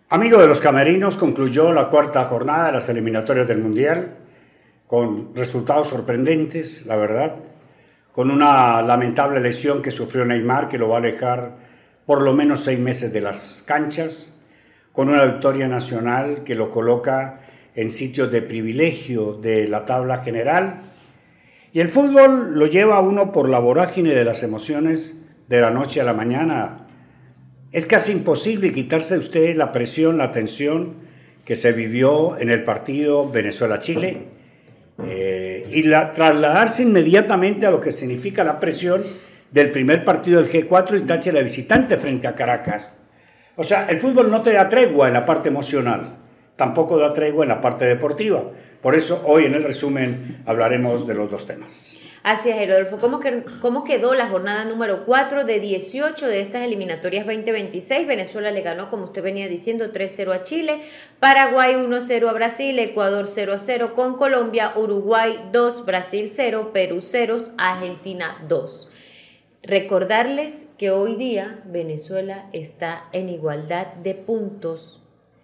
Amigo de los camerinos, concluyó la cuarta jornada de las eliminatorias del Mundial con resultados sorprendentes, la verdad, con una lamentable lesión que sufrió Neymar, que lo va a alejar por lo menos 6 meses de las canchas, con una victoria nacional que lo coloca en sitios de privilegio de la tabla general. Y el fútbol lo lleva a uno por la vorágine de las emociones de la noche a la mañana. Es casi imposible quitarse de usted la presión, la tensión que se vivió en el partido Venezuela-Chile y trasladarse inmediatamente a lo que significa la presión del primer partido del G4 y tache la visitante frente a Caracas. O sea, el fútbol no te da tregua en la parte emocional, tampoco da tregua en la parte deportiva. Por eso hoy en el resumen hablaremos de los dos temas. Así es, Rodolfo. ¿Cómo quedó la jornada número 4 de 18 de estas eliminatorias 2026? Venezuela le ganó, como usted venía diciendo, 3-0 a Chile, Paraguay 1-0 a Brasil, Ecuador 0-0 con Colombia, Uruguay 2, Brasil 0, Perú 0, Argentina 2. Recordarles que hoy día Venezuela está en igualdad de puntos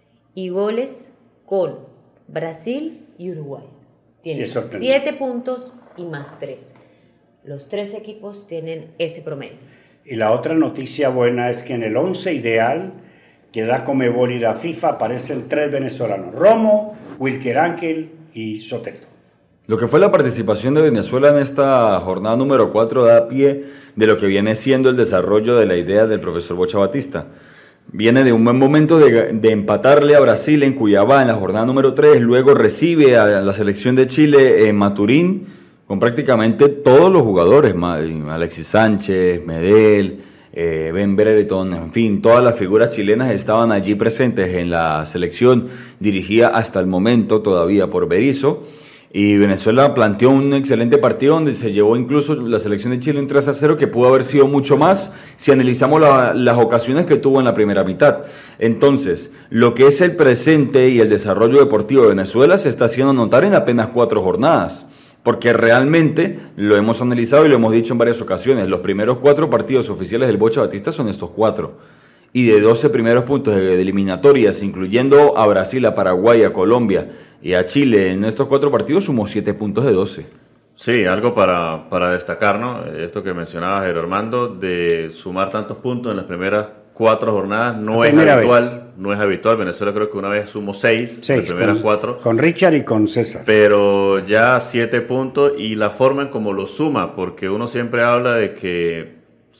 y goles con Brasil y Uruguay. Tienen 7 puntos y más 3. Los 3 equipos tienen ese promedio. Y la otra noticia buena es que en el 11 ideal que da Conmebol y la FIFA aparecen 3 venezolanos: Romo, Wilker Ángel y Soteldo. Lo que fue la participación de Venezuela en esta jornada número 4 da pie de lo que viene siendo el desarrollo de la idea del profesor Bocha Batista. Viene de un buen momento de empatarle a Brasil en Cuiabá en la jornada número 3, luego recibe a la selección de Chile en Maturín con prácticamente todos los jugadores, Alexis Sánchez, Medel, Ben Brereton, en fin, todas las figuras chilenas estaban allí presentes en la selección, dirigida hasta el momento todavía por Berizzo. Y Venezuela planteó un excelente partido donde se llevó incluso la selección de Chile un 3-0 que pudo haber sido mucho más si analizamos las ocasiones que tuvo en la primera mitad. Entonces, lo que es el presente y el desarrollo deportivo de Venezuela se está haciendo notar en apenas 4 jornadas. Porque realmente lo hemos analizado y lo hemos dicho en varias ocasiones. Los primeros 4 partidos oficiales del Bocha Batista son estos 4. Y de 12 primeros puntos de eliminatorias, incluyendo a Brasil, a Paraguay, a Colombia y a Chile, en estos 4 partidos sumó 7 puntos de 12. Sí, algo para destacar, ¿no? Esto que mencionaba Jairo Armando, de sumar tantos puntos en las primeras 4 jornadas no es habitual. No es habitual. Venezuela creo que una vez sumó 6 en las primeras 4. Con Richard y con César. Pero ya 7 puntos y la forma en cómo lo suma, porque uno siempre habla de que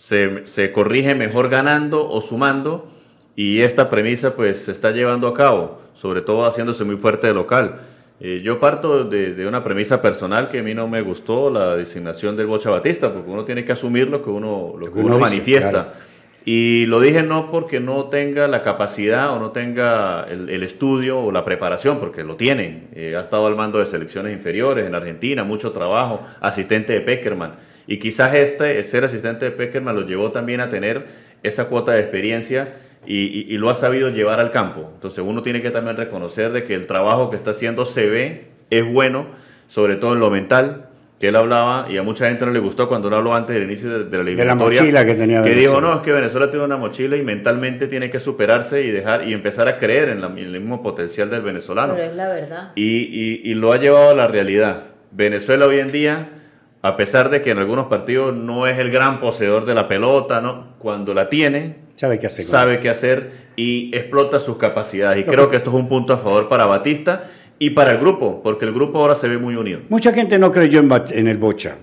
se corrige mejor ganando o sumando, y esta premisa pues se está llevando a cabo, sobre todo haciéndose muy fuerte de local. Yo parto de una premisa personal que a mí no me gustó la designación del Bocha Batista, porque uno tiene que asumir lo que uno manifiesta. Claro. Y lo dije no porque no tenga la capacidad o no tenga el estudio o la preparación, porque lo tiene. Ha estado al mando de selecciones inferiores en Argentina, mucho trabajo, asistente de Pekerman. Y quizás ser asistente de Pekerman lo llevó también a tener esa cuota de experiencia y lo ha sabido llevar al campo. Entonces uno tiene que también reconocer de que el trabajo que está haciendo se ve, es bueno, sobre todo en lo mental, que él hablaba, y a mucha gente no le gustó cuando él habló antes del inicio de la eliminatoria, de la mochila que tenía que dijo, no, es que Venezuela tiene una mochila y mentalmente tiene que superarse y empezar a creer en el mismo potencial del venezolano. Pero es la verdad. Y lo ha llevado a la realidad. Venezuela hoy en día, a pesar de que en algunos partidos no es el gran poseedor de la pelota, ¿no? Cuando la tiene, sabe qué hacer y explota sus capacidades. Y creo que esto es un punto a favor para Batista y para el grupo, porque el grupo ahora se ve muy unido. Mucha gente no creyó en el Bocha.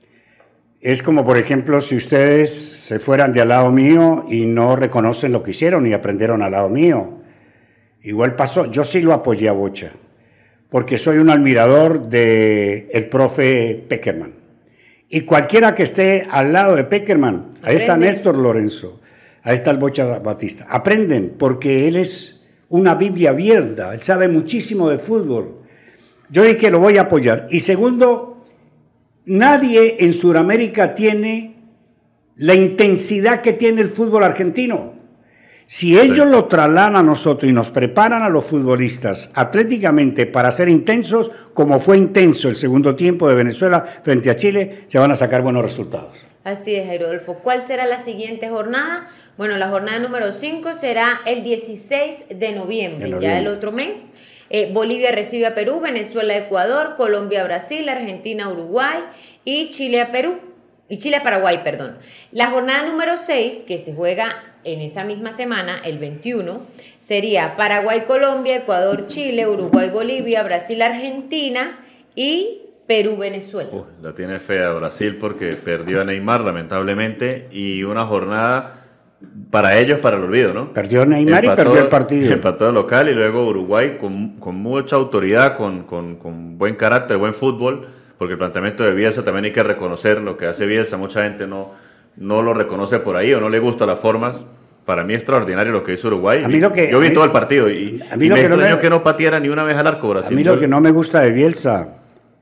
Es como, por ejemplo, si ustedes se fueran de al lado mío y no reconocen lo que hicieron y aprendieron al lado mío. Igual pasó. Yo sí lo apoyé a Bocha, porque soy un admirador del profe Pekerman. Y cualquiera que esté al lado de Pekerman, ahí está Néstor Lorenzo, ahí está el Bocha Batista. Aprenden, porque él es una Biblia abierta, él sabe muchísimo de fútbol. Yo dije que lo voy a apoyar. Y segundo, nadie en Sudamérica tiene la intensidad que tiene el fútbol argentino. Si ellos lo trasladan a nosotros y nos preparan a los futbolistas atléticamente para ser intensos, como fue intenso el segundo tiempo de Venezuela frente a Chile, se van a sacar buenos resultados. Así es, Jairo Adolfo. ¿Cuál será la siguiente jornada? Bueno, la jornada número 5 será el 16 de noviembre, ya el otro mes. Bolivia recibe a Perú, Venezuela a Ecuador, Colombia a Brasil, Argentina a Uruguay y Chile a Perú. Y Chile a Paraguay, perdón. La jornada número 6, que se juega en esa misma semana, el 21, sería Paraguay, Colombia, Ecuador, Chile, Uruguay, Bolivia, Brasil, Argentina y Perú, Venezuela. La tiene fea Brasil porque perdió a Neymar, lamentablemente, y una jornada para ellos para el olvido, ¿no? Perdió Neymar y perdió el partido. Empató de local y luego Uruguay con mucha autoridad, con buen carácter, buen fútbol, porque el planteamiento de Bielsa también hay que reconocer lo que hace Bielsa. Mucha gente no lo reconoce por ahí o no le gustan las formas. Para mí es extraordinario lo que hizo Uruguay. Yo vi todo el partido y me extrañó que no pateara ni una vez al arco Brasil. A mí lo que no me gusta de Bielsa,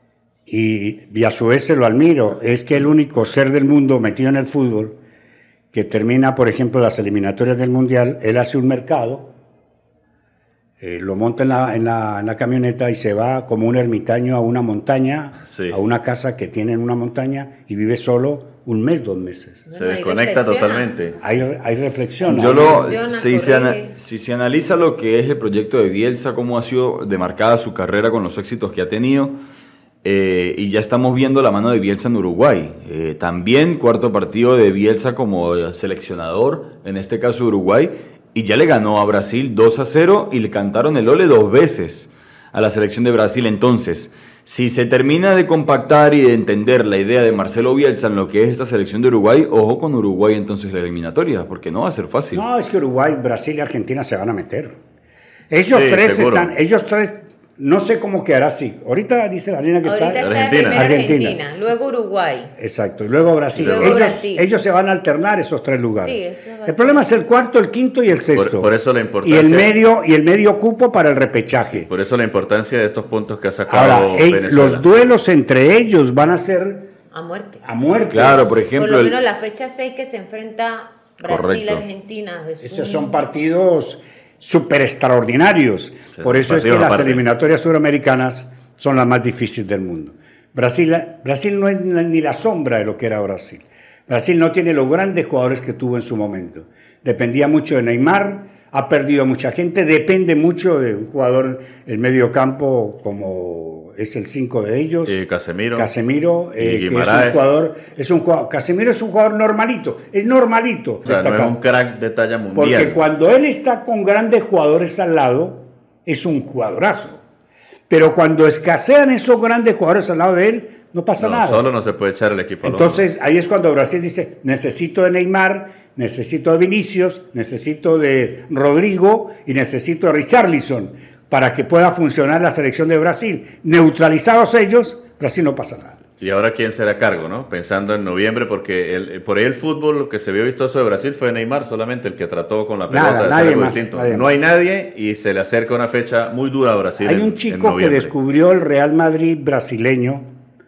y a su vez se lo admiro, es que el único ser del mundo metido en el fútbol que termina, por ejemplo, las eliminatorias del Mundial, él hace un mercado, lo monta en la camioneta y se va como un ermitaño a una montaña, a una casa que tiene en una montaña y vive solo un mes, 2 meses. Se desconecta totalmente. Hay reflexión. Si se analiza lo que es el proyecto de Bielsa, cómo ha sido demarcada su carrera con los éxitos que ha tenido, y ya estamos viendo la mano de Bielsa en Uruguay. También cuarto partido de Bielsa como seleccionador, en este caso Uruguay, y ya le ganó a Brasil 2-0 y le cantaron el ole 2 veces a la selección de Brasil. Entonces, si se termina de compactar y de entender la idea de Marcelo Bielsa en lo que es esta selección de Uruguay, ojo con Uruguay entonces la eliminatoria, porque no va a ser fácil. No, es que Uruguay, Brasil y Argentina se van a meter. Ellos tres no sé cómo quedará así. Ahorita dice la línea que está Argentina. Luego Uruguay. Exacto, y luego Brasil. Ellos se van a alternar esos 3 lugares. Sí, eso el problema es el cuarto, el quinto y el sexto. Por eso la importancia. Y el medio cupo para el repechaje. Por eso la importancia de estos puntos que ha sacado Ahora, Venezuela. Los duelos entre ellos van a ser a muerte. Claro, por ejemplo. Por lo menos la fecha 6 que se enfrenta Brasil-Argentina. Esos son partidos súper extraordinarios. Por eso es que las eliminatorias suramericanas son las más difíciles del mundo. Brasil no es ni la sombra de lo que era Brasil. Brasil no tiene los grandes jugadores que tuvo en su momento. Dependía mucho de Neymar, ha perdido a mucha gente, depende mucho de un jugador, el medio campo, como es el 5 de ellos. Casemiro. Que es un jugador. Casemiro es un jugador normalito. Es normalito. O sea, no es un crack de talla mundial. Porque cuando él está con grandes jugadores al lado, es un jugadorazo. Pero cuando escasean esos grandes jugadores al lado de él, no pasa nada. Solo no se puede echar el equipo. Entonces, ahí es cuando Brasil dice, necesito de Neymar, necesito de Vinicius, necesito de Rodrigo y necesito de Richarlison para que pueda funcionar la selección de Brasil. Neutralizados ellos, Brasil no pasa nada. Y ahora quién será a cargo, ¿no? Pensando en noviembre, porque por ahí el fútbol, lo que se vio vistoso de Brasil fue Neymar solamente, el que trató con la pelota de hacer algo distinto. No hay nadie y se le acerca una fecha muy dura a Brasil. Hay un chico que descubrió el Real Madrid brasileño.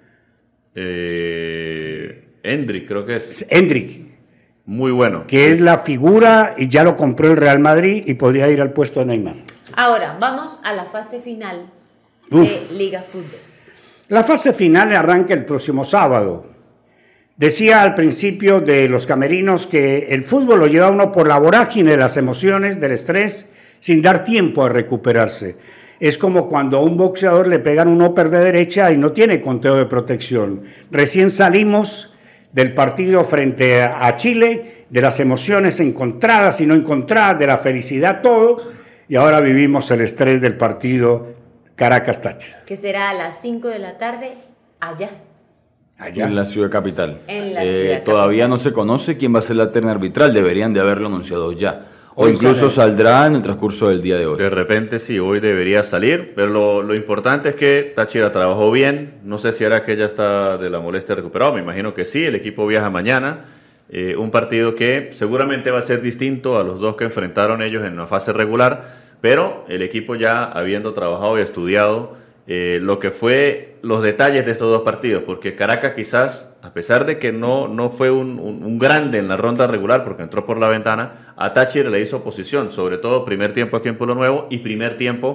Endrick, creo que es. Endrick. Muy bueno. Que es la figura y ya lo compró el Real Madrid y podría ir al puesto de Neymar. Ahora, vamos a la fase final de Liga Fútbol. La fase final arranca el próximo sábado. Decía al principio de los camerinos que el fútbol lo lleva uno por la vorágine de las emociones, del estrés, sin dar tiempo a recuperarse. Es como cuando a un boxeador le pegan un upper de derecha y no tiene conteo de protección. Recién salimos del partido frente a Chile, de las emociones encontradas y no encontradas, de la felicidad, todo, y ahora vivimos el estrés del partido Caracas-Táchira. Que será a las 5 de la tarde allá. En la ciudad capital. Todavía capital. No se conoce quién va a ser la terna arbitral, deberían de haberlo anunciado ya. O incluso saldrá en el transcurso del día de hoy. De repente sí, hoy debería salir, pero lo importante es que Táchira trabajó bien. No sé si era que ya está de la molestia recuperado, me imagino que sí. El equipo viaja mañana. Un partido que seguramente va a ser distinto a los 2 que enfrentaron ellos en la fase regular, pero el equipo ya habiendo trabajado y estudiado lo que fue los detalles de estos 2 partidos, porque Caracas quizás, a pesar de que no fue un grande en la ronda regular porque entró por la ventana, a Táchira le hizo oposición, sobre todo primer tiempo aquí en Pueblo Nuevo y primer tiempo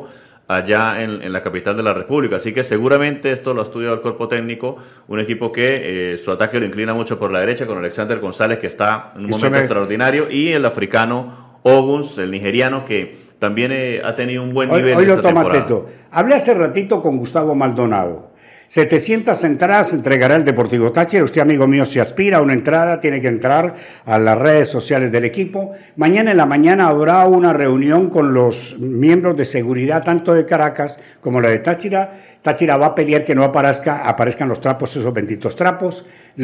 allá en la capital de la República. Así que seguramente esto lo ha estudiado el cuerpo técnico, un equipo que su ataque lo inclina mucho por la derecha con Alexander González, que está en un momento extraordinario, y el africano Oguns, el nigeriano, que también ha tenido un buen nivel hoy esta lo toma temporada. Teto. Hablé hace ratito con Gustavo Maldonado. 700 entradas entregará el Deportivo Táchira. Usted, amigo mío, si aspira a una entrada, tiene que entrar a las redes sociales del equipo. Mañana en la mañana habrá una reunión con los miembros de seguridad, tanto de Caracas como la de Táchira. Táchira va a pelear que no aparezcan los trapos, esos benditos trapos.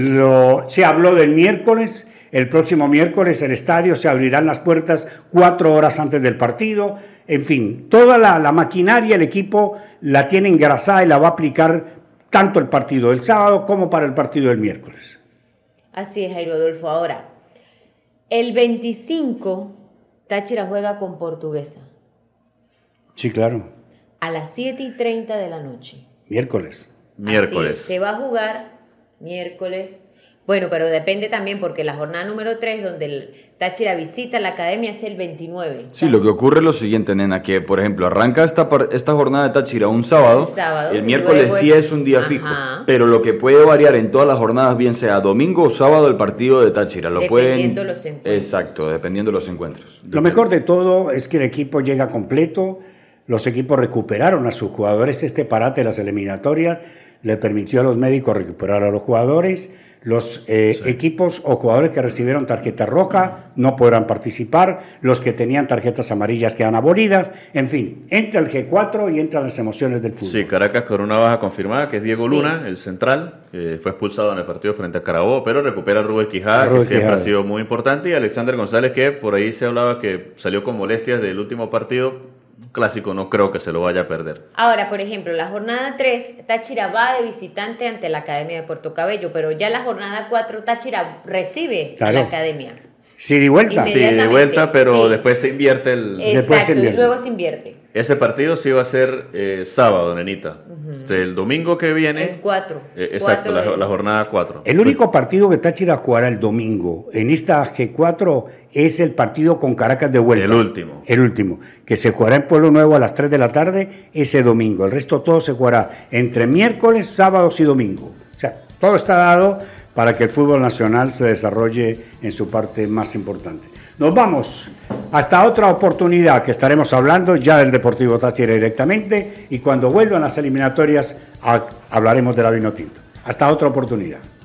Se habló del miércoles. El próximo miércoles el estadio se abrirán las puertas 4 horas antes del partido. En fin, toda la maquinaria, el equipo la tiene engrasada y la va a aplicar tanto el partido del sábado como para el partido del miércoles. Así es, Jairo Adolfo. Ahora, el 25, Táchira juega con Portuguesa. Sí, claro. A las 7:30 de la noche. Miércoles. Miércoles. Así es, se va a jugar miércoles. Bueno, pero depende también porque la jornada número 3, donde el Táchira visita la academia, es el 29. Sí, lo que ocurre es lo siguiente, nena, que por ejemplo arranca esta jornada de Táchira un sábado, el miércoles sí es un día fijo, pero lo que puede variar en todas las jornadas, bien sea domingo o sábado, el partido de Táchira. Dependiendo los encuentros. Exacto, dependiendo de los encuentros. Lo mejor de todo es que el equipo llega completo, los equipos recuperaron a sus jugadores, este parate de las eliminatorias le permitió a los médicos recuperar a los jugadores. Los equipos o jugadores que recibieron tarjeta roja no podrán participar, los que tenían tarjetas amarillas quedan abolidas, en fin, entra el G4 y entran las emociones del fútbol. Sí, Caracas con una baja confirmada, que es Diego Luna, el central, que fue expulsado en el partido frente a Carabobo, pero recupera a Rubén Quijada, que siempre ha sido muy importante, y Alexander González, que por ahí se hablaba que salió con molestias del último partido. Clásico no creo que se lo vaya a perder. Ahora, por ejemplo, la jornada 3, Táchira va de visitante ante la Academia de Puerto Cabello, pero ya la jornada 4, Táchira recibe a la Academia. Sí, de vuelta. Sí, de vuelta, pero después se invierte el... Exacto, y luego se invierte. Ese partido sí va a ser sábado, nenita. El domingo que viene... El 4. Exacto, la jornada 4. El único partido que Táchira jugará el domingo en esta G4 es el partido con Caracas de vuelta. El último, que se jugará en Pueblo Nuevo a las 3 de la tarde ese domingo. El resto todo se jugará entre miércoles, sábados y domingo. O sea, todo está dado para que el fútbol nacional se desarrolle en su parte más importante. Nos vamos hasta otra oportunidad, que estaremos hablando ya del Deportivo Táchira directamente, y cuando vuelvan las eliminatorias hablaremos de la Vinotinto. Hasta otra oportunidad.